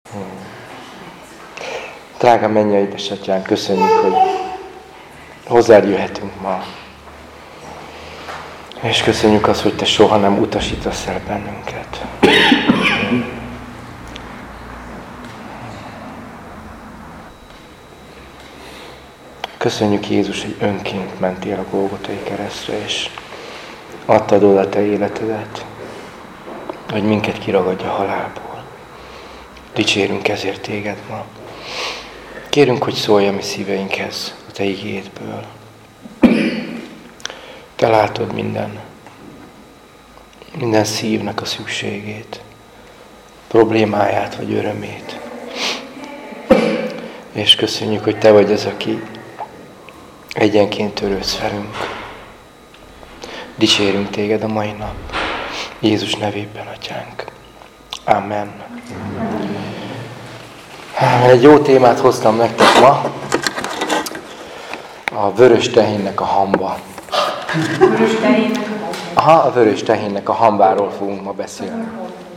Drága mennyei édesatyánk, köszönjük, hogy hozzád jöhetünk ma. És köszönjük azt, hogy te soha nem utasítasz el bennünket. Köszönjük, Jézus, hogy önként mentél a Golgotai keresztre, és adtad oda a te életedet, hogy minket kiragadja a halálból. Dicsérünk ezért téged ma. Kérünk, hogy szólj a mi szíveinkhez a te igédből. Te látod minden szívnek a szükségét, problémáját vagy örömét. És köszönjük, hogy te vagy az, aki egyenként törődsz velünk. Dicsérünk téged a mai nap. Jézus nevében, atyánk. Amen. Egy jó témát hoztam nektek ma. A vörös tehénnek a hamba. Vörös tehénnek a hamba? Aha, a vörös tehénnek a hambáról fogunk ma beszélni.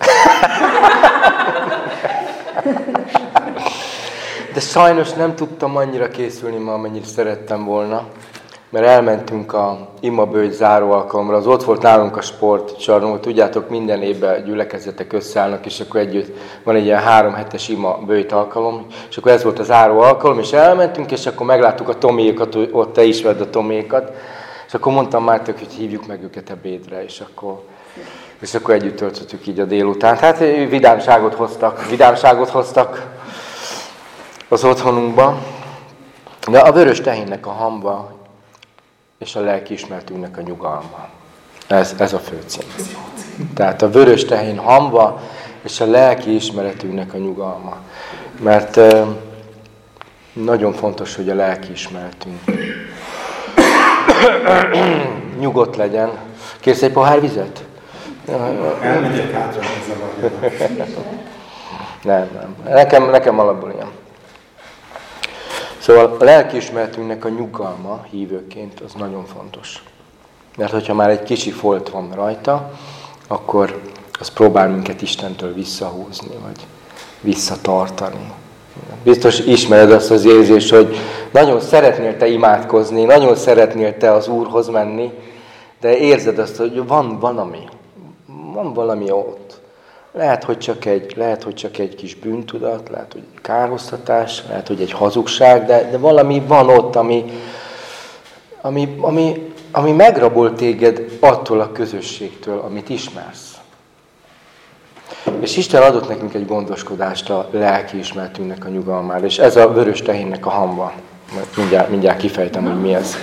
De sajnos nem tudtam annyira készülni ma, amennyire szerettem volna, mert elmentünk a imabőjt záró alkalomra. Az ott volt nálunk a sportcsarnok, tudjátok, minden évben gyülekezetek összeállnak, és akkor együtt van egy ilyen 3 hetes imabőjt alkalom, és akkor ez volt a záró alkalom, és elmentünk, és akkor megláttuk a Tomékat, ott te ismered a Tomékat, és akkor mondtam Mártok, hogy hívjuk meg őket ebédre, és akkor együtt töltöttük így a délután. Hát vidámságot hoztak az otthonunkba. De a vörös tehénnek a hamba és a lelkiismeretünknek a nyugalma. Ez a főcím. Tehát a vörös tehén hamba és a lelkiismeretünknek a nyugalma. Mert nagyon fontos, hogy a lelkiismeretünk nyugodt legyen. Kérsz egy pohár vizet? Elmegyek hátra, nem. Nekem alapból ilyen. Szóval a lelkiismeretünknek a nyugalma hívőként az nagyon fontos. Mert hogyha már egy kicsi folt van rajta, akkor az próbál minket Istentől visszahúzni, vagy visszatartani. Biztos ismered azt az érzést, hogy nagyon szeretnél te imádkozni, nagyon szeretnél te az Úrhoz menni, de érzed azt, hogy van valami ott. Lehet, hogy csak egy kis bűntudat, lehet, hogy egy kárhoztatás, lehet, hogy egy hazugság, de valami van ott, ami megrabol téged attól a közösségtől, amit ismersz. És Isten adott nekünk egy gondoskodást a lelkiismeretünknek a nyugalmára, és ez a vörös tehénnek a hamba. Mindjárt kifejtem, hogy mi ez.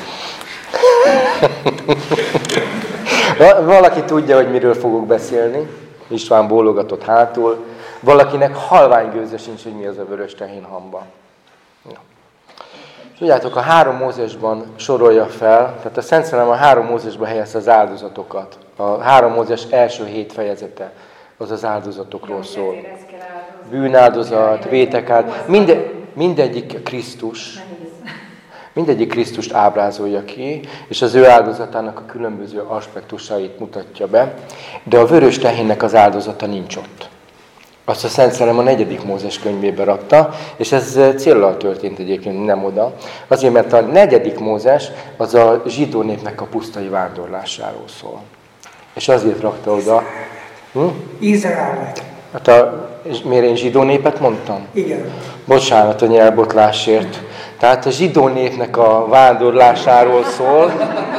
Valaki tudja, hogy miről fogok beszélni. István bólogatott hátul. Valakinek halvány gőze sincs, hogy mi az a vörös tehén hamba. Ja. Tudjátok, a 3 Mózesban sorolja fel, tehát a Szent Szellem a 3 Mózesban helyezte az áldozatokat. A 3 Mózes első 7 fejezete az az áldozatokról szól. Bűnáldozat, vétekáldozat, mindegyik Krisztus. Mindegyik Krisztust ábrázolja ki, és az ő áldozatának a különböző aspektusait mutatja be, de a vörös tehénnek az áldozata nincs ott. Azt a Szent Szellem a 4. Mózes könyvébe rakta, és ez céllal történt egyébként, nem oda. Azért, mert a 4. Mózes az a zsidó népnek a pusztai vándorlásáról szól. És azért rakta oda... Izraelnek. Hát miért én zsidó népet mondtam? Igen. Bocsánat a nyelvbotlásért. Tehát a zsidó népnek a vándorlásáról szól.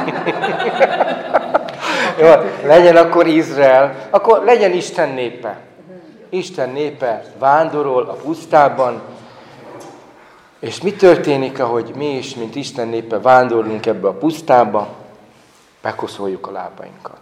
Jó, legyen akkor Izrael, akkor legyen Isten népe. Isten népe vándorol a pusztában, és mi történik, ahogy mi is, mint Isten népe vándorlunk ebbe a pusztába? Bekoszoljuk a lábainkat.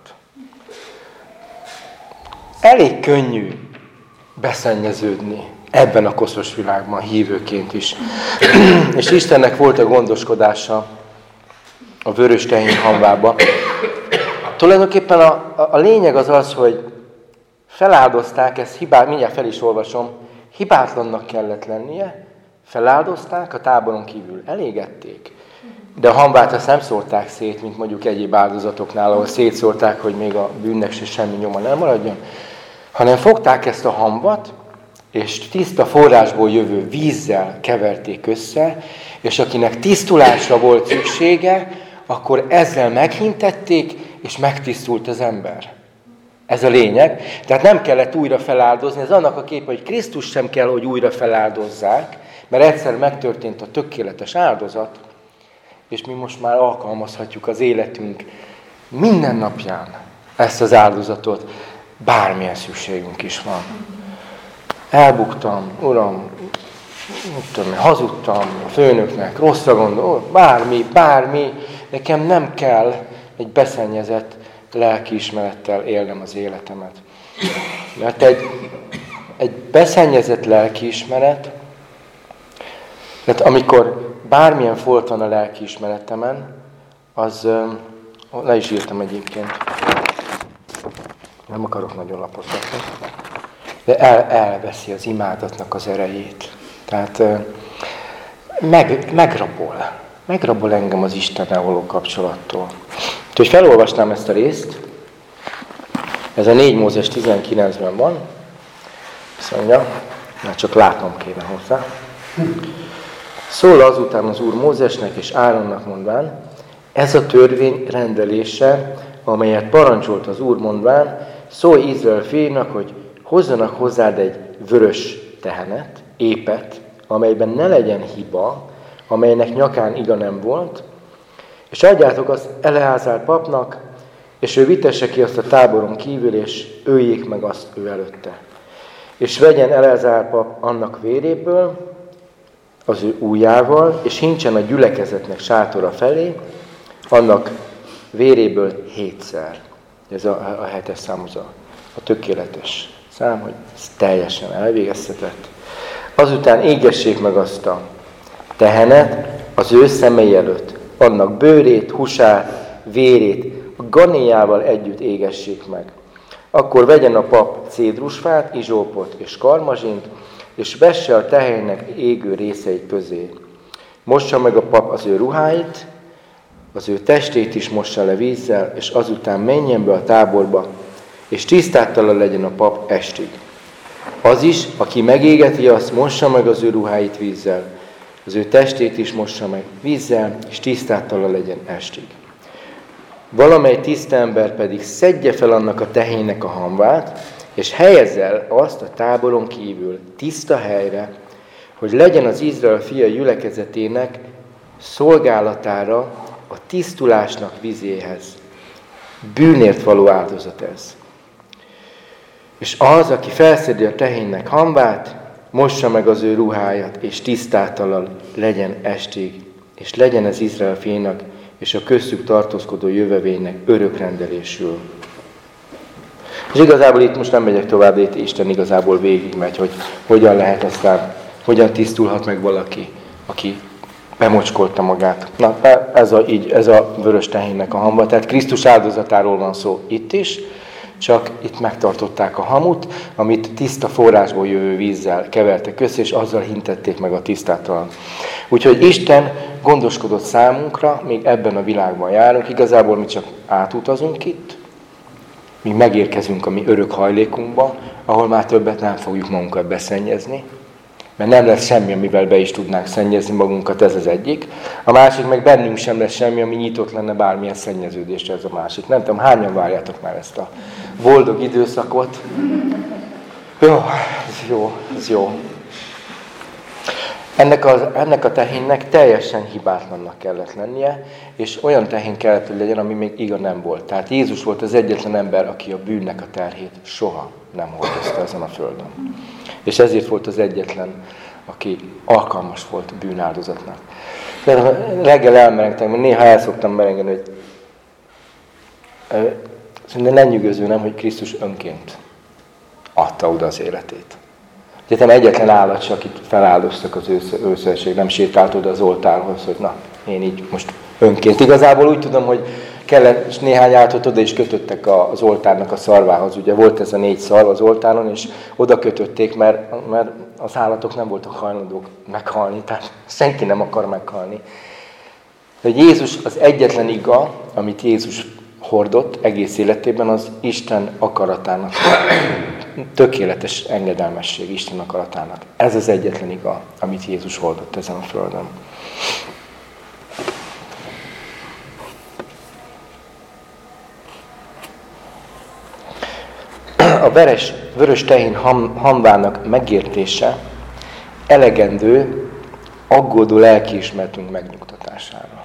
Elég könnyű beszennyeződni ebben a koszos világban, hívőként is. És Istennek volt a gondoskodása a vörös tehén hambába. Tulajdonképpen a lényeg az, hogy feláldozták, ezt mindjárt fel is olvasom, hibátlannak kellett lennie, feláldozták, a táboron kívül elégették. De a hambát azt nem szórták szét, mint mondjuk egyéb áldozatoknál, ahol szétszórták, hogy még a bűnnek se semmi nyoma nem maradjon, hanem fogták ezt a hamvat, és tiszta forrásból jövő vízzel keverték össze, és akinek tisztulásra volt szüksége, akkor ezzel meghintették, és megtisztult az ember. Ez a lényeg. Tehát nem kellett újra feláldozni. Ez annak a kép, hogy Krisztus sem kell, hogy újra feláldozzák, mert egyszer megtörtént a tökéletes áldozat, és mi most már alkalmazhatjuk az életünk minden napján ezt az áldozatot, bármilyen szükségünk is van. Elbuktam, Uram, hazudtam a főnöknek, rosszra gondolom, bármi, nekem nem kell egy beszennyezett lelkiismerettel élnem az életemet. Mert egy beszennyezett lelkiismeret, tehát amikor bármilyen folt van a lelkiismeretemen, az, le is írtam egyébként, nem akarok nagyon lapozgatni, de elveszi az imádatnak az erejét. Tehát megrabol engem az Istennel való kapcsolattól. Úgyhogy felolvasnám ezt a részt, ez a 4 Mózes 19-ben van, azt mondja, mert csak látnom kéne hozzá. Szól azután az Úr Mózesnek és Áronnak mondván, ez a törvény rendelése, amelyet parancsolt az Úr mondván, szólj Izrael fiainak, hogy hozzanak hozzád egy vörös tehenet, épet, amelyben ne legyen hiba, amelynek nyakán iga nem volt, és adjátok azt Eleázár papnak, és ő vitesse ki azt a táboron kívül, és öljék meg azt ő előtte. És vegyen Eleázár pap annak véréből, az ő ujjával, és hincsen a gyülekezetnek sátora felé, annak véréből 7-szer. Ez a 7-es szám, az a tökéletes szám, hogy ez teljesen elvégeztetett. Azután égessék meg azt a tehenet az ő szemei előtt, annak bőrét, húsát, vérét, a ganéjával együtt égessék meg. Akkor vegyen a pap cédrusfát, izsópot és karmazsint, és vesse a tehénnek égő részeit közé. Mossa meg a pap az ő ruháit, az ő testét is mossa le vízzel, és azután menjen be a táborba, és tisztáttalan legyen a pap estig. Az is, aki megégeti, azt mossa meg az ő ruháit vízzel, az ő testét is mossa meg vízzel, és tisztáttalan legyen estig. Valamely tiszta ember pedig szedje fel annak a tehénnek a hamvát, és helyezze el azt a táboron kívül tiszta helyre, hogy legyen az Izrael fia gyülekezetének szolgálatára a tisztulásnak vizéhez. Bűnért való áldozat ez. És az, aki felszedi a tehénnek hamvát, mossa meg az ő ruháját, és tisztátalan legyen estig, és legyen ez Izrael fiainak és a köztük tartózkodó jövevénynek örökrendelésül. És igazából itt most nem megyek tovább, de itt Isten igazából végigmegy, hogy hogyan lehet aztán, hogyan tisztulhat meg valaki, aki bemocskolta magát. Na, ez a vörös tehénnek a hamba. Tehát Krisztus áldozatáról van szó itt is, csak itt megtartották a hamut, amit tiszta forrásból jövő vízzel kevertek össze, és azzal hintették meg a tisztátalan. Úgyhogy Isten gondoskodott számunkra, még ebben a világban járunk, igazából mi csak átutazunk itt, míg megérkezünk a mi örök hajlékunkba, ahol már többet nem fogjuk magunkat beszennyezni, mert nem lesz semmi, amivel be is tudnánk szennyezni magunkat, ez az egyik. A másik, meg bennünk sem lesz semmi, ami nyitott lenne bármilyen szennyeződésre, ez a másik. Nem tudom, hányan várjátok már ezt a boldog időszakot? Ez jó. Ennek a tehénnek teljesen hibátlannak kellett lennie, és olyan tehén kellett, hogy legyen, ami még iga nem volt. Tehát Jézus volt az egyetlen ember, aki a bűnnek a terhét soha nem hordozta ezen a földön. És ezért volt az egyetlen, aki alkalmas volt a bűnáldozatnak. Reggel elmerengtem, néha el szoktam merengeni, hogy szerintem lenyűgöző, nem, hogy Krisztus önként adta oda az életét. Egyetem egyetlen állat se, akit feláldoztak az őszelség, nem sétált oda az oltárhoz, hogy na, én így most önként. Igazából úgy tudom, hogy kellett, és néhány állatot oda is kötöttek az oltárnak a szarvához. Ugye volt ez a 4 szarv az oltáron, és oda kötötték, mert az állatok nem voltak hajlandók meghalni, tehát senki nem akar meghalni. Hogy Jézus az egyetlen iga, amit Jézus hordott egész életében, az Isten akaratának tökéletes engedelmesség Isten akaratának. Ez az egyetlen iga, amit Jézus oldott ezen a földön. A vörös tehén hamvának megértése elegendő aggódó lelkiismeretünk megnyugtatására.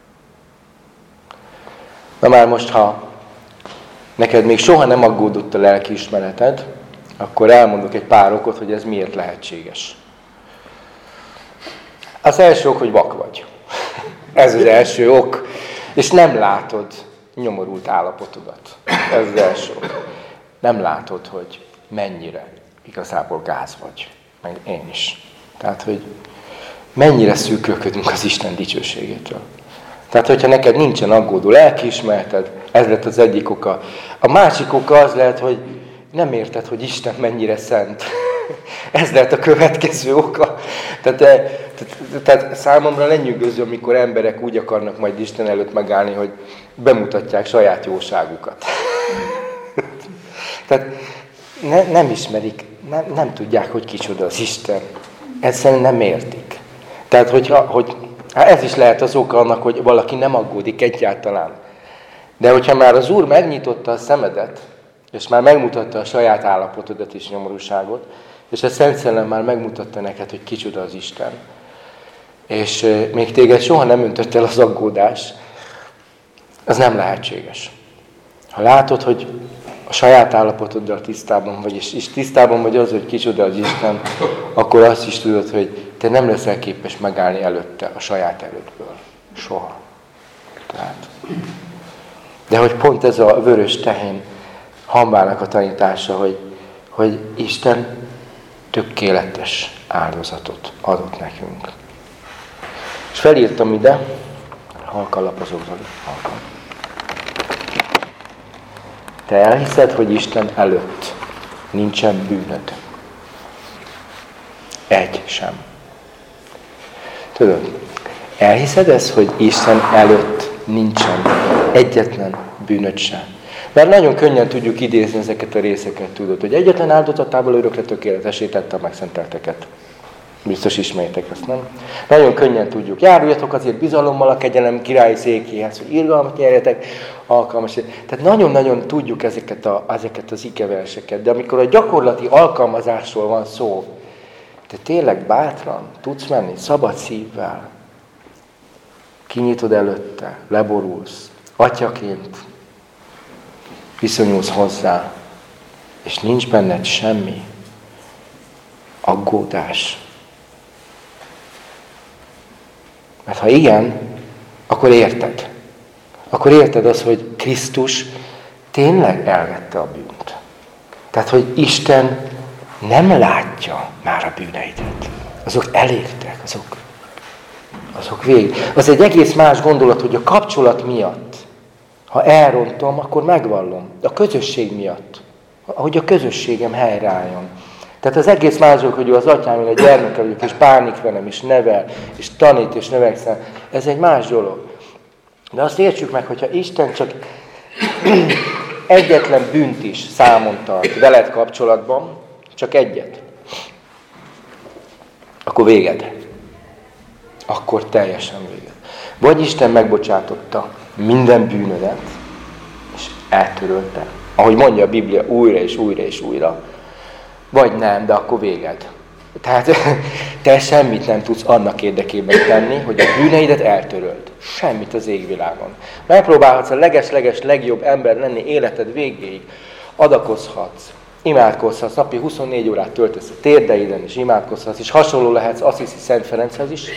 Na már most, ha neked még soha nem aggódott a lelkiismereted, akkor elmondok egy pár okot, hogy ez miért lehetséges. Az első ok, hogy vak vagy. Ez az első ok. És nem látod nyomorult állapotodat. Ez az első ok. Nem látod, hogy mennyire igazából gáz vagy. Meg én is. Tehát, hogy mennyire szűkölködünk az Isten dicsőségétől. Tehát, hogyha neked nincsen aggódó lelkiismereted, ez lett az egyik oka. A másik oka az lehet, hogy nem érted, hogy Isten mennyire szent. Ez lehet a következő oka. Tehát számomra lenyűgöző, amikor emberek úgy akarnak majd Isten előtt megállni, hogy bemutatják saját jóságukat. Tehát nem ismerik, nem tudják, hogy kicsoda az Isten. Egyszerűen nem értik. Tehát, ez is lehet az oka annak, hogy valaki nem aggódik egyáltalán. De hogyha már az Úr megnyitotta a szemedet, és már megmutatta a saját állapotodat és nyomorúságot, és a Szent Szellem már megmutatta neked, hogy kicsoda az Isten, és még téged soha nem öntött el az aggódás, az nem lehetséges. Ha látod, hogy a saját állapotoddal tisztában vagy, és tisztában vagy az, hogy kicsoda az Isten, akkor azt is tudod, hogy te nem leszel képes megállni előtte, a saját erődből. Soha. De hogy pont ez a vörös tehén hamvának a tanítása, hogy Isten tökéletes áldozatot adott nekünk. És felírtam ide, halkan lapozok, Zoli, halkan. Te elhiszed, hogy Isten előtt nincsen bűnöd? Egy sem. Tudod, elhiszed ezt, hogy Isten előtt nincsen egyetlen bűnöd sem? Mert nagyon könnyen tudjuk idézni ezeket a részeket, tudod, hogy egyetlen áldozatából örökre tökéletesítette a megszentelteket. Biztos ismeritek ezt, nem? Nagyon könnyen tudjuk. Járuljatok azért bizalommal a kegyelem királyi székéhez, hogy irgalmat nyerjetek, alkalmas. Tehát nagyon-nagyon tudjuk ezeket az igeverseket, de amikor a gyakorlati alkalmazásról van szó, te tényleg bátran tudsz menni, szabad szívvel, kinyitod előtte, leborulsz, atyaként viszonyulsz hozzá, és nincs benned semmi aggódás. Mert ha igen, akkor érted. Akkor érted azt, hogy Krisztus tényleg elvette a bűnt. Tehát, hogy Isten nem látja már a bűneidet. Azok elértek, azok végig. Az egy egész más gondolat, hogy a kapcsolat miatt, ha elrontom, akkor megvallom. A közösség miatt. Hogy a közösségem helyreálljon. Tehát az egész mások, hogy az atyám, én a gyermeke vagyok, és bánik velem, és nevel, és tanít, és növekszem. Ez egy más dolog. De azt értsük meg, hogyha Isten csak egyetlen bűnt is számon tart veled kapcsolatban, csak egyet, akkor véged. Akkor teljesen véged. Vagy Isten megbocsátotta minden bűnödet, és eltörölte. Ahogy mondja a Biblia újra és újra és újra. Vagy nem, de akkor véged. Tehát te semmit nem tudsz annak érdekében tenni, hogy a bűneidet eltöröld. Semmit az égvilágon. Megpróbálhatsz a leges-leges legjobb ember lenni életed végéig. Adakozhatsz, imádkozhatsz, napi 24 órát töltesz a térdeiden, és imádkozhatsz, és hasonló lehetsz Assisi Szent Ferenchez is.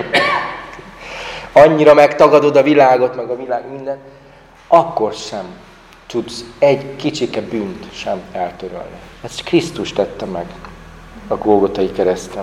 Annyira megtagadod a világot, meg a világ minden, akkor sem tudsz egy kicsike bűnt sem eltörölni. Ezt Krisztus tette meg a Gólgotai kereszten.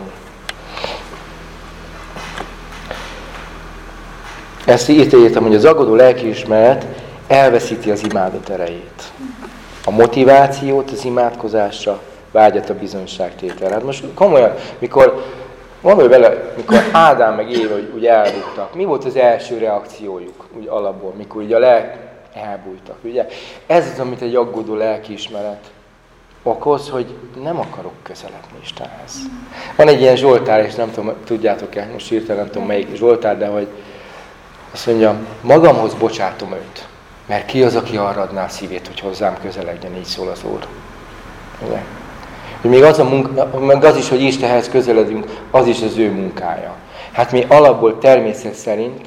Ezt írtam, hogy az aggódó lelkiismeret elveszíti az imádat erejét. A motivációt az imádkozásra, vágyat a bizonyságtételre. Hát most komolyan, gondolj bele, mikor Ádám meg Éva úgy elbújtak, mi volt az első reakciójuk úgy alapból, mikor ugye elbújtak, ugye? Ez az, amit egy aggódó lelkiismeret okoz, hogy nem akarok közeledni Istenhez. Van egy ilyen Zsoltár, és nem tudom, tudjátok-e, most hirtelen nem tudom melyik Zsoltár, de hogy azt mondja, magamhoz bocsátom őt, mert ki az, aki arra adná a szívét, hogy hozzám közeledjen, így szól az Úr. Ugye? Hogy még az a munka, meg az is, hogy Istenhez közeledünk, az is az ő munkája. Hát mi alapból természet szerint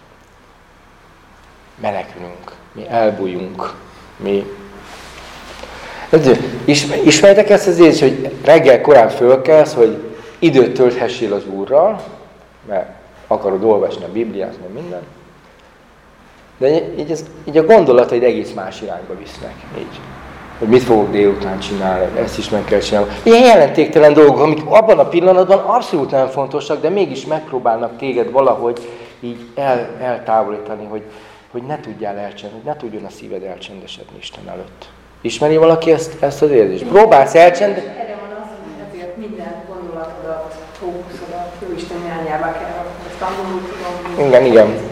menekülünk, mi elbújunk, mi... Ismertek ezt az érzést, hogy reggel korán fölkelsz, hogy időt tölthessél az Úrral, mert akarod olvasni a Bibliát, meg minden. De így a gondolataid egész más irányba visznek. Így. Hogy mit fogok délután csinálni, ezt is meg kell csinálni. Ilyen jelentéktelen dolgok, amik abban a pillanatban abszolút nem fontosak, de mégis megpróbálnak téged valahogy így eltávolítani, hogy ne tudjál elcsendesedni, hogy ne tudjon a szíved elcsendesedni Isten előtt. Ismeri valaki ezt az érzést? Próbálsz elcsendesedni? Erre van az, hogy ezért minden gondolatodat, fókuszodat Jóisten irányába kell rakni. Ezt angolul tudom.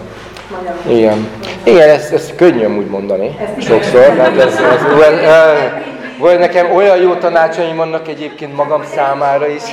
Igen, ezt könnyű úgy mondani, sokszor. Vagy nekem olyan jó tanácsaim vannak egyébként magam számára is.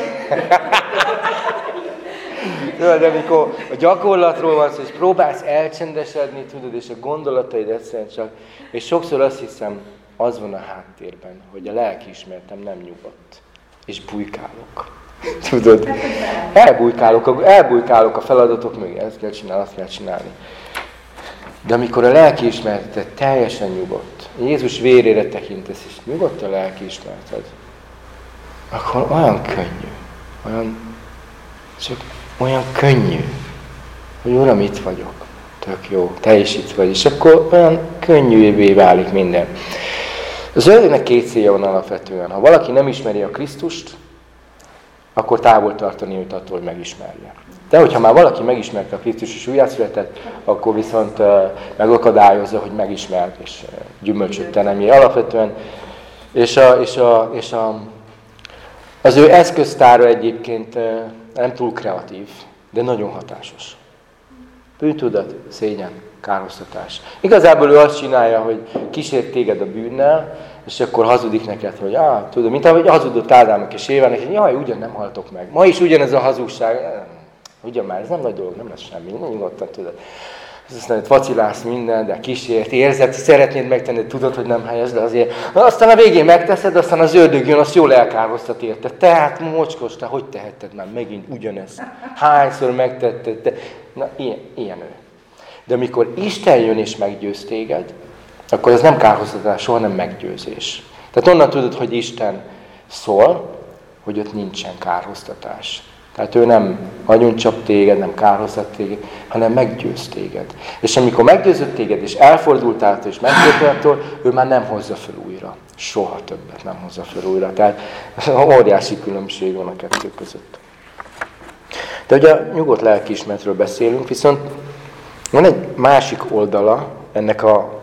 De amikor a gyakorlatról van szó, és próbálsz elcsendesedni, tudod, és a gondolataid egyszerűen csak, és sokszor azt hiszem, az van a háttérben, hogy a lelkiismeretem nem nyugodt, és bujkálok. Tudod? Elbujkálok a feladatok mögé, ezt kell csinálni, azt kell csinálni. De amikor a lelkiismereted teljesen nyugodt, Jézus vérére tekintesz, és nyugodt a lelkiismereted, akkor olyan könnyű, olyan könnyű, hogy Uram, itt vagyok, tök jó, te is itt vagy, és akkor olyan könnyűvé válik minden. Az ördögnek két célja van alapvetően. Ha valaki nem ismeri a Krisztust, akkor távol tartani őt attól, hogy megismerje. De hogyha már valaki megismerte a Krisztus és újjászületett, akkor viszont megakadályozza, hogy megismert és gyümölcsöt teremje. Alapvetően, az ő eszköztára egyébként nem túl kreatív, de nagyon hatásos. Bűntudat, szégyen, kárhoztatás. Igazából ő azt csinálja, hogy kísért téged a bűnnel, és akkor hazudik neked, hogy tudod, mint ahogy hazudott Ádámnak és Évának, hogy jaj, ugyan nem haltok meg. Ma is ugyanez a hazugság. Ugyan már, ez nem nagy dolog, nem lesz semmi, nyugodtan tudod. Aztán vacilálsz minden, de kísért, érzed, szeretnéd megtenni, tudod, hogy nem helyes, de azért. Aztán a végén megteszed, aztán az ördög jön, azt jól elkárhoztat érte. Tehát mocskos, te hogy tehetted már megint ugyanezt? Hányszor megtetted? Te... Na, ilyen ő. De amikor Isten jön és meggyőz téged, akkor ez nem kárhoztatás, soha nem meggyőzés. Tehát onnan tudod, hogy Isten szól, hogy ott nincsen kárhoztatás. Tehát ő nem agyoncsap téged, nem kárhoztat téged, hanem meggyőz téged. És amikor meggyőzött téged, és elfordultál és meggyőztél, ő már nem hozza fel újra. Soha többet nem hozza fel újra. Tehát óriási különbség van a kettő között. De ugye a nyugodt lelkiismeretről beszélünk, viszont van egy másik oldala ennek a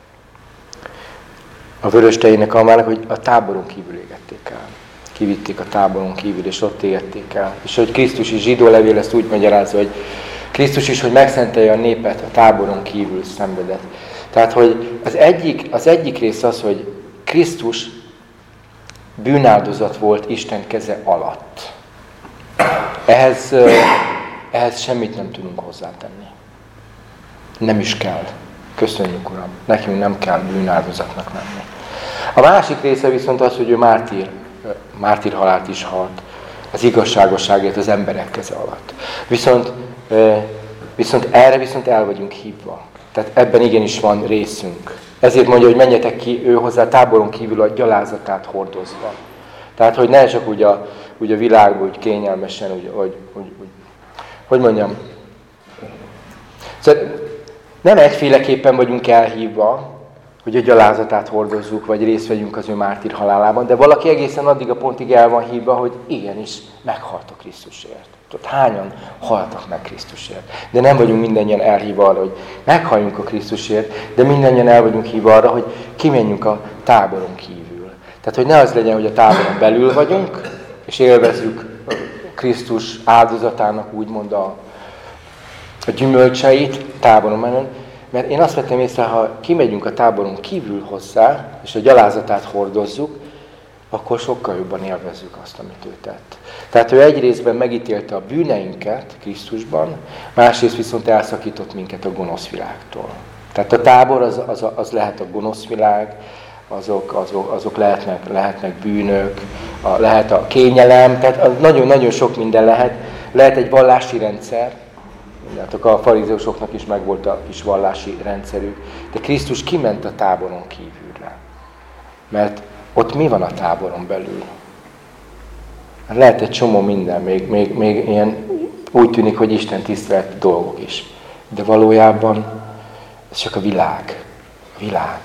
vörös tejének almának, hogy a táboron kívül égették el. Kivitték a táboron kívül, és ott égették el. És hogy Krisztus is, zsidó levél ezt úgy magyarázza, hogy Krisztus is, hogy megszentelje a népet, a táboron kívül szenvedett. Tehát, hogy az egyik rész az, hogy Krisztus bűnáldozat volt Isten keze alatt. Ehhez semmit nem tudunk hozzátenni. Nem is kell. Köszönjük, Uram. Nekünk nem kell bűnáldozatnak lenni. A másik része viszont az, hogy ő mártírhalált is halt az igazságosságért az emberek keze alatt. Viszont erre viszont el vagyunk hívva. Tehát ebben igenis van részünk. Ezért mondja, hogy menjetek ki ő hozzá a táboron kívül a gyalázatát hordozva. Tehát, hogy ne csak úgy a világban, úgy kényelmesen, hogy mondjam. Szóval nem egyféleképpen vagyunk elhívva, hogy a gyalázatát hordozzuk, vagy részt vegyünk az ő mártír halálában, de valaki egészen addig a pontig el van hívva, hogy igenis meghalt a Krisztusért. Tudod, hányan haltak meg Krisztusért? De nem vagyunk mindannyian elhívva arra, hogy meghalljunk a Krisztusért, de mindannyian el vagyunk hívva arra, hogy kimenjünk a táboron kívül. Tehát, hogy ne az legyen, hogy a táboron belül vagyunk, és élvezzük Krisztus áldozatának úgymond a gyümölcseit táboron menni. Mert én azt vettem észre, ha kimegyünk a táboron kívül hozzá, és a gyalázatát hordozzuk, akkor sokkal jobban élvezzük azt, amit ő tett. Tehát ő egy részben megítélte a bűneinket Krisztusban, másrészt viszont elszakított minket a gonosz világtól. Tehát a tábor az lehet a gonosz világ, azok lehetnek bűnök, lehet a kényelem, tehát nagyon-nagyon sok minden lehet. Lehet egy vallási rendszer, látok, a farizeusoknak is megvolt a kis vallási rendszerük, de Krisztus kiment a táboron kívülre. Mert ott mi van a táboron belül? Lehet egy csomó minden, még ilyen úgy tűnik, hogy Isten tisztelet dolgok is. De valójában ez csak a világ. A világ.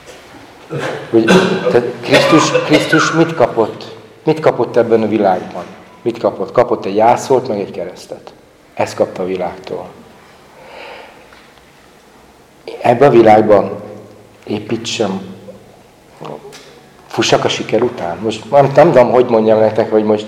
Tehát Krisztus mit kapott? Mit kapott ebben a világban? Mit kapott? Kapott egy jászolt, meg egy keresztet. Ezt kapta a világtól. Ebben a világban építsem, fussak a siker után. Most nem tudom, hogy mondjam nektek, hogy most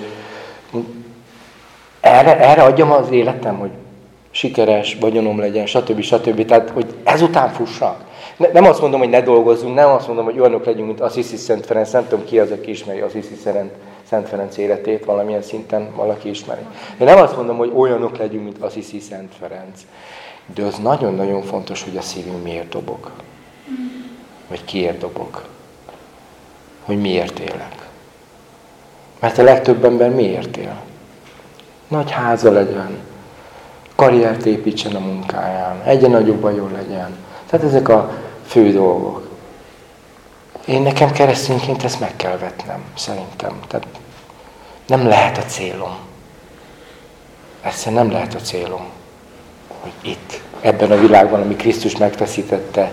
erre adjam az életem, hogy sikeres, vagyonom legyen, stb. Tehát, hogy ezután fussak. Nem azt mondom, hogy ne dolgozzunk, nem azt mondom, hogy olyanok legyünk, mint Assisi Szent Ferenc. Nem tudom, ki az, aki ismeri Assisi Szent Ferenc életét, valamilyen szinten valaki ismeri. De nem azt mondom, hogy olyanok legyünk, mint Assisi Szent Ferenc. De az nagyon-nagyon fontos, hogy a szívünk miért dobog. Vagy kiért dobog. Hogy miért élek. Mert a legtöbb ember miért él? Nagy háza legyen, karriert építsen a munkáján, egyre nagyobb bajol legyen. Tehát ezek a fő dolgok. Nekem keresztényként ezt meg kell vetnem, szerintem. Tehát nem lehet a célom. Egyszerűen nem lehet a célom, hogy itt, ebben a világban, ami Krisztus megfeszítette,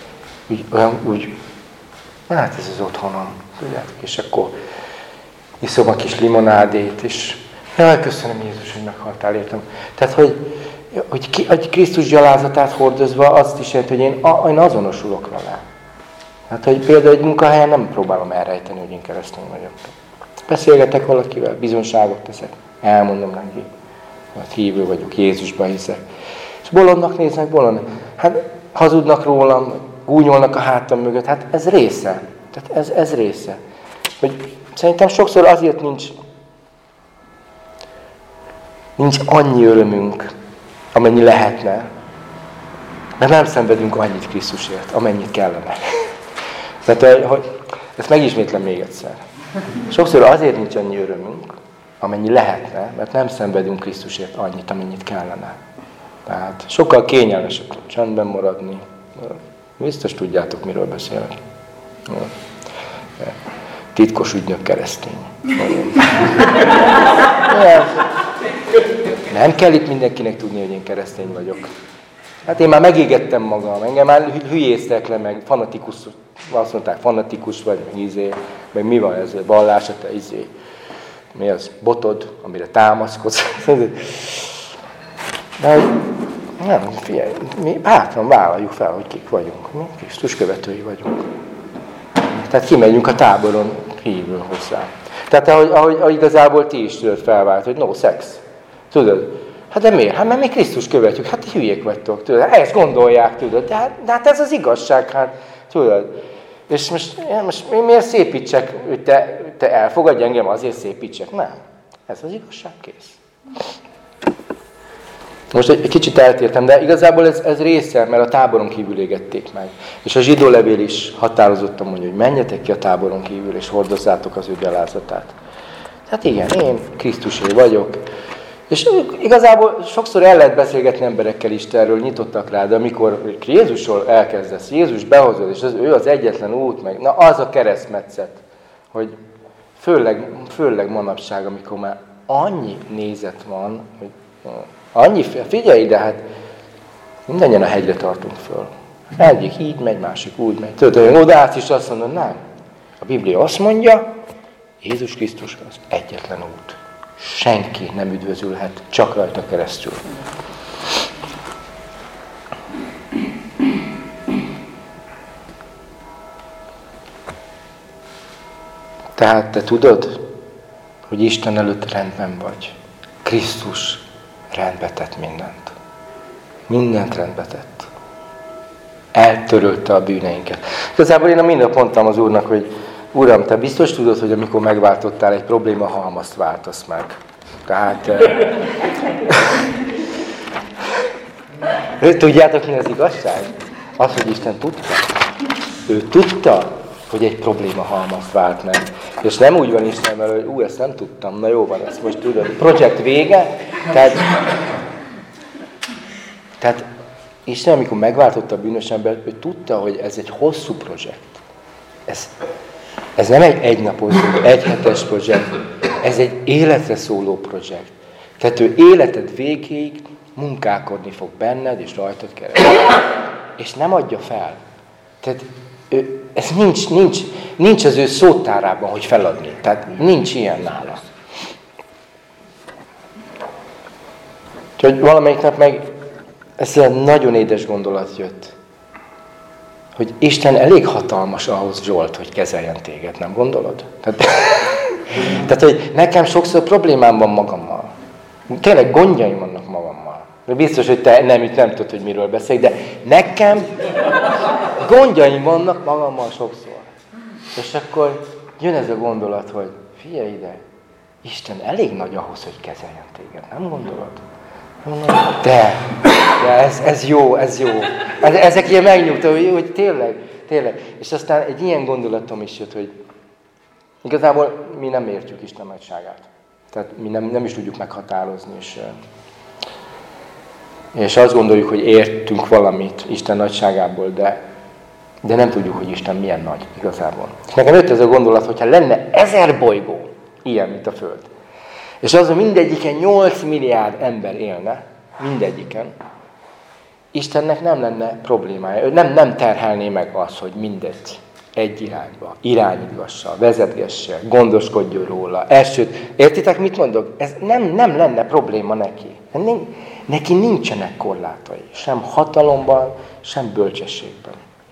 hát ez az otthonom, tudjátok, és akkor iszom a kis limonádét, és jaj, köszönöm Jézus, hogy meghaltál, értem. Tehát, hogy Krisztus gyalázatát hordozva azt is jelenti, hogy én azonosulok vele. Hát, hogy például egy munkahelyen nem próbálom elrejteni, hogy én keresztény vagyok. Beszélgetek valakivel, bizonságot teszek, elmondom neki, hogy hívő vagyok, Jézusban hiszek. És bolondnak néznek, hát hazudnak rólam, gúnyolnak a hátam mögött, hát ez része. Tehát ez része. Hogy szerintem sokszor azért nincs annyi örömünk, amennyi lehetne, mert nem szenvedünk annyit Krisztusért, amennyit kellene. Tehát, hogy ezt megismétlem még egyszer. Sokszor azért nincs annyi örömünk, amennyi lehetne, mert nem szenvedünk Krisztusért annyit, amennyit kellene. Tehát sokkal kényelmesebb csendben maradni. Biztos tudjátok, miről beszélek. Titkos ügynök keresztény. Nem kell itt mindenkinek tudni, hogy én keresztény vagyok. Hát én már megégettem magam, engem már hülyéztek le, meg fanatikus, azt mondták, fanatikus vagy, meg mi van ez, vallás, te mi az, botod, amire támaszkodsz. De nem, figyelj, mi bátran vállaljuk fel, hogy kik vagyunk. Mi Krisztus követői vagyunk. Tehát kimegyünk a táboron hívül hozzá. Tehát ahogy igazából ti is tudod felvált, hogy no sex. Tudod? Hát de miért? Hát mert mi Krisztus követjük. Hát ti hülyék vagytok, tudod? Ezt gondolják, tudod? De hát ez az igazság, hát tudod? És most miért szépítsek, hogy te elfogadj engem, azért szépítsek? Nem. Ez az igazság, kész. Most egy kicsit eltértem, de igazából ez része, mert a táboron kívül égették meg. És a zsidó levél is határozottan mondja, hogy menjetek ki a táboron kívül, és hordozzátok az ő gyalázatát. Tehát igen, én Krisztusé vagyok. És igazából sokszor el lehet beszélgetni emberekkel Istenről, nyitottak rá, de amikor Jézusról elkezdesz, Jézus behozod, és ő az egyetlen út, meg na az a keresztmetszet, hogy főleg manapság, amikor már annyi nézet van, hogy annyi, figyelj ide, hát mindannyian a hegyre tartunk föl. Egyik így megy, másik úgy megy. Tudod, hogy odaállsz is azt mondod, nem. A Biblia azt mondja, Jézus Krisztus az egyetlen út. Senki nem üdvözülhet, csak rajta keresztül. Tehát te tudod, hogy Isten előtt rendben vagy. Krisztus rendbe tett mindent. Mindent rendbe tett. Eltörölte a bűneinket. Igazából én a mindent mondtam az Úrnak, hogy Uram, te biztos tudod, hogy amikor megváltottál, egy probléma halmazt váltasz meg. Tehát... Tudjátok, mi az igazság? Az, hogy Isten tudta. Ő tudta, hogy egy probléma halmazt vált meg. És nem úgy van Istenvel, hogy ezt nem tudtam, na jó van, ezt most tudod. Projekt vége. Tehát Isten, amikor megváltotta a bűnös embert, ő tudta, hogy ez egy hosszú projekt. Ez nem egy egynapos, egyhetes projekt. Ez egy életre szóló projekt. Tehát ő életed végéig munkálkodni fog benned és rajtad keresztül. És nem adja fel. Tehát ez nincs az ő szótárában, hogy feladni. Tehát nincs ilyen nála. Úgyhogy valamelyik nap meg ez ilyen nagyon édes gondolat jött. Hogy Isten elég hatalmas ahhoz, Zsolt, hogy kezeljen téged, nem gondolod? Tehát, hogy nekem sokszor problémám van magammal. Tényleg gondjaim vannak magammal. De biztos, hogy te nem tudod, hogy miről beszélek, de nekem gondjaim vannak magammal sokszor. És akkor jön ez a gondolat, hogy figyelj ide, Isten elég nagy ahhoz, hogy kezeljen téged, nem gondolod? De ez jó. Ezek ilyen megnyugtó, hogy tényleg. És aztán egy ilyen gondolatom is jött, hogy igazából mi nem értjük Isten nagyságát. Tehát mi nem is tudjuk meghatározni, és azt gondoljuk, hogy értünk valamit Isten nagyságából, de nem tudjuk, hogy Isten milyen nagy igazából. És nekem jött ez a gondolat, hogyha lenne 1000 bolygó, ilyen, mint a Föld, és azon mindegyiken 8 milliárd ember élne, mindegyiken, Istennek nem lenne problémája. Ő nem terhelné meg azt, hogy mindegy egy irányba, irányítgassa, vezetgesse, gondoskodjon róla. Értitek, mit mondok? Ez nem lenne probléma neki. Neki nincsenek korlátai, sem hatalomban, sem bölcsességben.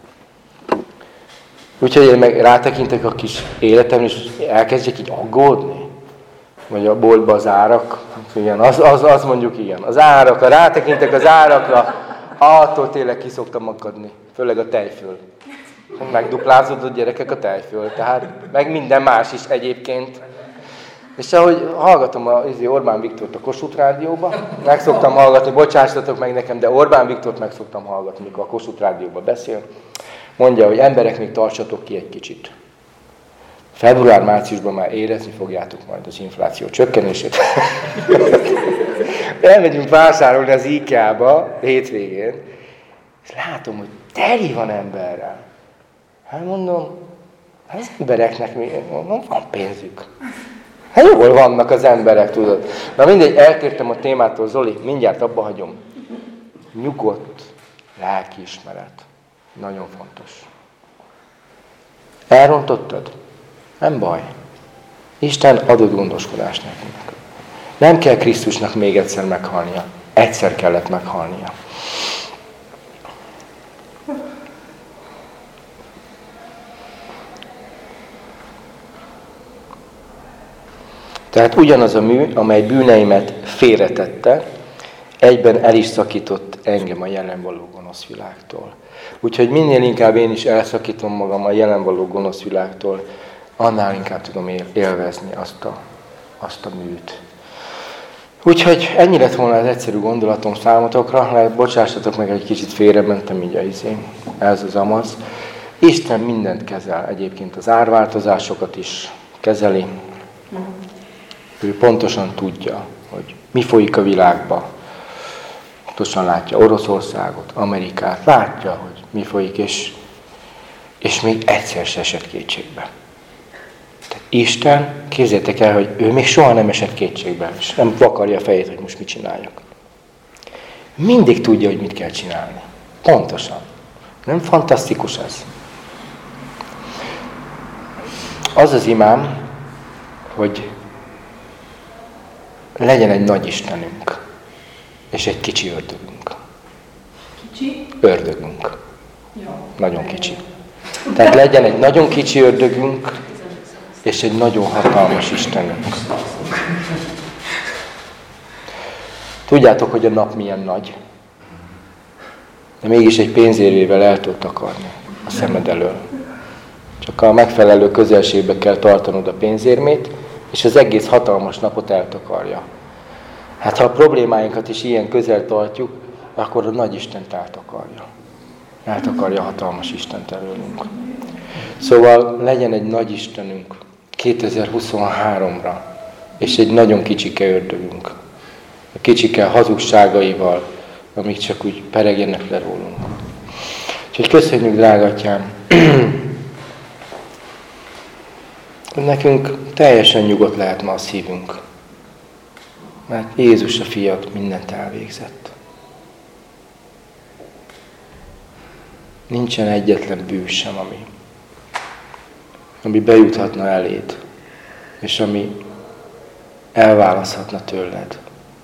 Úgyhogy én meg rátekintek a kis életem, és elkezdjek így aggódni. Vagy a boltba az árak, igen, az mondjuk igen. Az árak, ha rátekintek az árakra, attól tényleg ki szoktam akadni. Főleg a tejföl. Megduplázódott gyerekek a tejföl, tehát meg minden más is egyébként. És ahogy hallgatom Orbán Viktort a Kossuth Rádióba, meg szoktam hallgatni, bocsássatok meg nekem, de Orbán Viktort meg szoktam hallgatni, mikor a Kossuth Rádióba beszél. Mondja, hogy emberek, még tartsatok ki egy kicsit. Február-márciusban már érezni fogjátok majd az infláció csökkenését. Elmegyünk vásárolni az IKEA-ba hétvégén, és látom, hogy teli van emberrel. Hát mondom, az embereknek van pénzük. Hát jól vannak az emberek, tudod. Na mindegy, eltértem a témától, Zoli, mindjárt abba hagyom. Nyugodt lelkiismeret. Nagyon fontos. Elrontottad? Nem baj. Isten adott gondoskodást nekünk. Nem kell Krisztusnak még egyszer meghalnia. Egyszer kellett meghalnia. Tehát ugyanaz a mű, amely bűneimet félretette, egyben el is szakított engem a jelenvaló gonosz világtól. Úgyhogy minél inkább én is elszakítom magam a jelenvaló gonosz világtól, annál inkább tudom élvezni azt a műt. Úgyhogy ennyi lett volna az egyszerű gondolatom számotokra, mert bocsássatok meg, egy kicsit félrementem így ez az amaz. Isten mindent kezel, egyébként az árváltozásokat is kezeli. Ő pontosan tudja, hogy mi folyik a világban. Pontosan látja Oroszországot, Amerikát, látja, hogy mi folyik, és még egyszer se esett kétségbe. Tehát Isten, képzeljétek el, hogy ő még soha nem esett kétségbe, és nem vakarja a fejét, hogy most mit csináljak. Mindig tudja, hogy mit kell csinálni. Pontosan. Nem fantasztikus ez? Az az imám, hogy legyen egy nagy Istenünk, és egy kicsi ördögünk. Kicsi? Ördögünk. Jó. Nagyon kicsi. Tehát legyen egy nagyon kicsi ördögünk, és egy nagyon hatalmas Istenünk. Tudjátok, hogy a nap milyen nagy, de mégis egy pénzérvével el tudod takarni a szemed elől. Csak a megfelelő közelségbe kell tartanod a pénzérmét, és az egész hatalmas napot eltakarja. Hát ha a problémáinkat is ilyen közel tartjuk, akkor a nagy Istent eltakarja. Eltakarja a hatalmas Istent előlünk. Szóval legyen egy nagy Istenünk 2023-ra, és egy nagyon kicsike ördögünk. A kicsike hazugságaival, amik csak úgy peregjenek le rólunk. Úgyhogy köszönjük, drága Atyám, hogy nekünk teljesen nyugodt lehet ma a szívünk. Mert Jézus a fiad mindent elvégzett. Nincsen egyetlen bűn sem, ami bejuthatna eléd, és ami elválaszthatna tőled.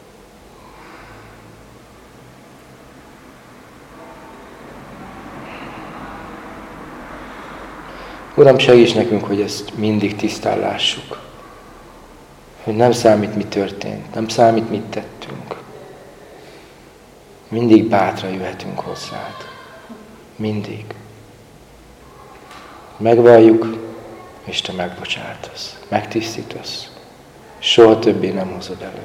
Uram, segíts nekünk, hogy ezt mindig tisztán lássuk. Hogy nem számít, mi történt, nem számít, mit tettünk. Mindig bátran jöhetünk hozzád. Mindig. Megvalljuk, és te megbocsátasz, megtisztítasz. Soha többé nem hozod elő.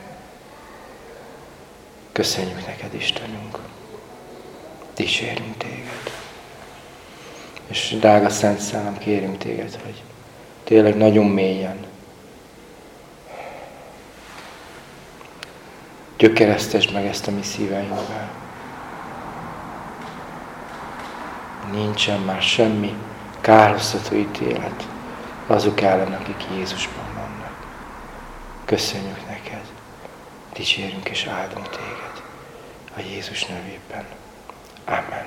Köszönjük neked, Istenünk. Dicsérünk téged. És drága Szent Szellem, kérünk téged, hogy tényleg nagyon mélyen gyökeresztesd meg ezt a mi szíveinkben. Nincsen már semmi kárhoztató ítélet azok ellen, akik Jézusban vannak. Köszönjük neked, dicsérünk és áldunk téged a Jézus nevében. Amen.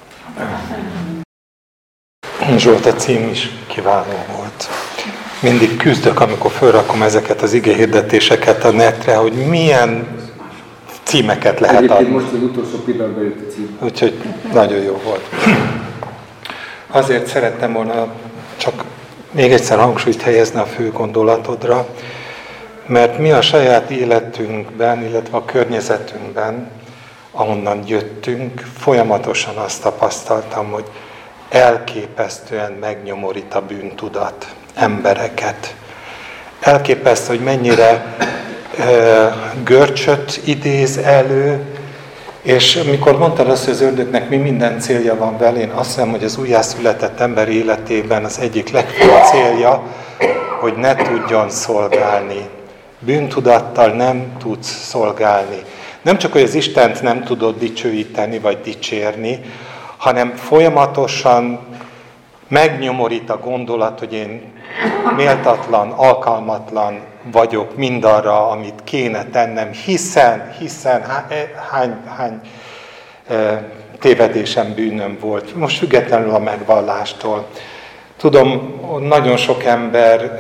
Zsolt, a cím is kiváló volt. Mindig küzdök, amikor felrakom ezeket az igehirdetéseket a netre, hogy milyen címeket lehet adni. Most az utolsó pillanatban jött a cím. Úgyhogy nagyon jó volt. Azért szerettem volna csak még egyszer hangsúlyt helyezni a fő gondolatodra, mert mi a saját életünkben, illetve a környezetünkben, ahonnan jöttünk, folyamatosan azt tapasztaltam, hogy elképesztően megnyomorít a bűntudat embereket. Elképesztő, hogy mennyire görcsöt idéz elő, és mikor mondtad azt, hogy az ördögnek mi minden célja van vele, én azt hiszem, hogy az újjászületett ember életében az egyik legfőbb célja, hogy ne tudjon szolgálni. Bűntudattal nem tudsz szolgálni. Nem csak, hogy az Istent nem tudod dicsőíteni vagy dicsérni, hanem folyamatosan megnyomorít a gondolat, hogy én méltatlan, alkalmatlan vagyok mindarra, amit kéne tennem, hiszen hány tévedésem, bűnöm volt. Most függetlenül a megvallástól. Tudom, nagyon sok ember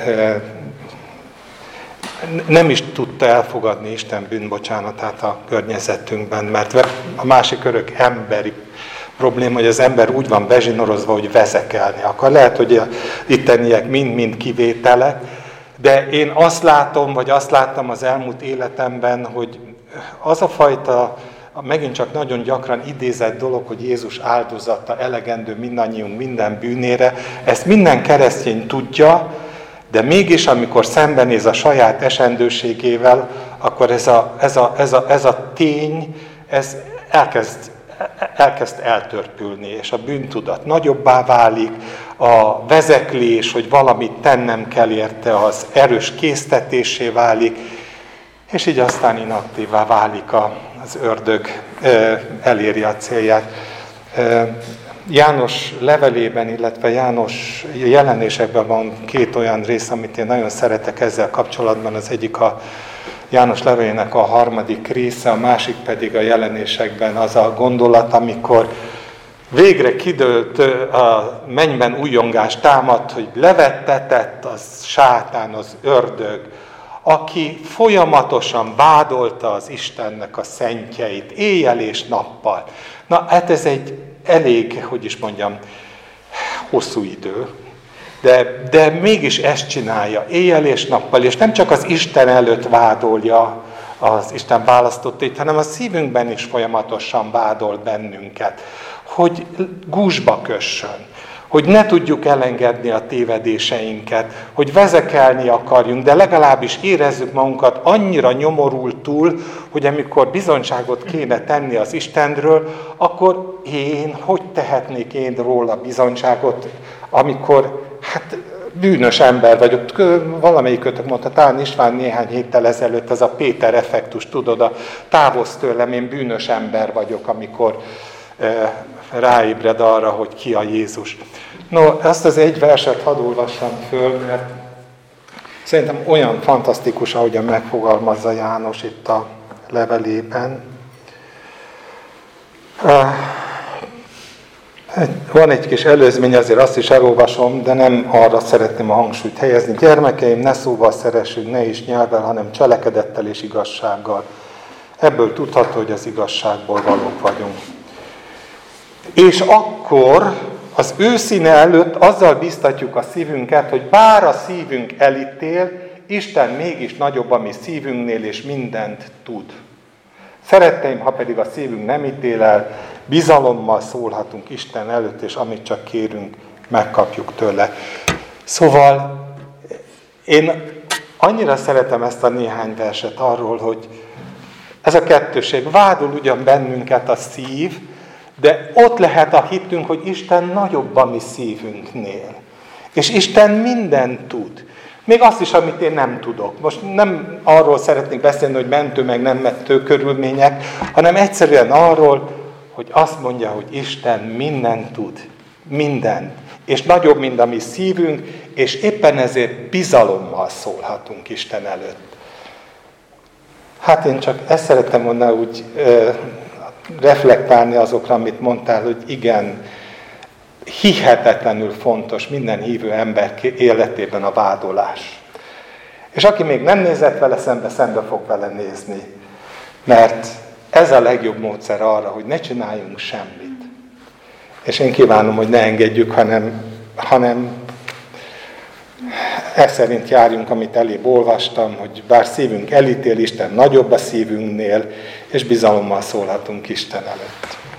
nem is tudta elfogadni Isten bűnbocsánatát a környezetünkben, mert a másik örök emberi probléma, hogy az ember úgy van bezsinorozva, hogy vezekelni akar. Lehet, hogy a itteniek mind-mind kivételek, de én azt látom, vagy azt láttam az elmúlt életemben, hogy az a fajta, megint csak nagyon gyakran idézett dolog, hogy Jézus áldozata elegendő mindannyiunk minden bűnére, ezt minden keresztény tudja, de mégis, amikor szembenéz a saját esendőségével, akkor ez a tény, ez elkezd eltörpülni, és a bűntudat nagyobbá válik, a vezeklés, hogy valamit tennem kell érte, az erős késztetésé válik, és így aztán inaktívá válik az ördög, eléri a célját. János levelében, illetve János jelenésekben van két olyan rész, amit én nagyon szeretek ezzel kapcsolatban. Az egyik a János levelének a 3. része, a másik pedig a jelenésekben az a gondolat, amikor végre kidőlt a mennyben újongás támadt, hogy levettetett az sátán, az ördög, aki folyamatosan vádolta az Istennek a szentjeit, éjjel és nappal. Na, hát ez egy elég, hogy is mondjam, hosszú idő, de mégis ezt csinálja, éjjel és nappal, és nem csak az Isten előtt vádolja az Isten választottait, hanem a szívünkben is folyamatosan vádol bennünket, hogy gúzsba kössön, hogy ne tudjuk elengedni a tévedéseinket, hogy vezekelni akarjunk, de legalábbis érezzük magunkat annyira nyomorultul, hogy amikor bizonyságot kéne tenni az Istenről, akkor hogy tehetnék én róla bizonyságot, amikor bűnös ember vagyok. Valamelyikötök mondta, talán István néhány héttel ezelőtt, ez a Péter effektus, tudod, távozz tőlem, én bűnös ember vagyok, amikor ráébred arra, hogy ki a Jézus. No, ezt az egy verset hadd olvassam föl, mert szerintem olyan fantasztikus, ahogyan megfogalmazza János itt a levelében. Van egy kis előzmény, azért azt is elolvasom, de nem arra szeretném a hangsúlyt helyezni. Gyermekeim, ne szóval szeressünk, ne is nyelvvel, hanem cselekedettel és igazsággal. Ebből tudható, hogy az igazságból valók vagyunk. És akkor az ő színe előtt azzal biztatjuk a szívünket, hogy bár a szívünk elítél, Isten mégis nagyobb a mi szívünknél, és mindent tud. Szeretteim, ha pedig a szívünk nem ítél el, bizalommal szólhatunk Isten előtt, és amit csak kérünk, megkapjuk tőle. Szóval én annyira szeretem ezt a néhány verset arról, hogy ez a kettőség. Vádol ugyan bennünket a szív, de ott lehet a hitünk, hogy Isten nagyobb a mi szívünknél. És Isten mindent tud. Még azt is, amit én nem tudok. Most nem arról szeretnék beszélni, hogy mentő meg nem mentő körülmények, hanem egyszerűen arról, hogy azt mondja, hogy Isten mindent tud. Mindent. És nagyobb, mint a mi szívünk, és éppen ezért bizalommal szólhatunk Isten előtt. Hát én csak ezt szerettem volna úgy reflektálni azokra, amit mondtál, hogy igen, hihetetlenül fontos minden hívő ember életében a vádolás. És aki még nem nézett vele szembe fog vele nézni. Mert ez a legjobb módszer arra, hogy ne csináljunk semmit. És én kívánom, hogy ne engedjük, hanem ez szerint járjunk, amit elébb olvastam, hogy bár szívünk elítél, Isten nagyobb a szívünknél, és bizalommal szólhatunk Isten előtt.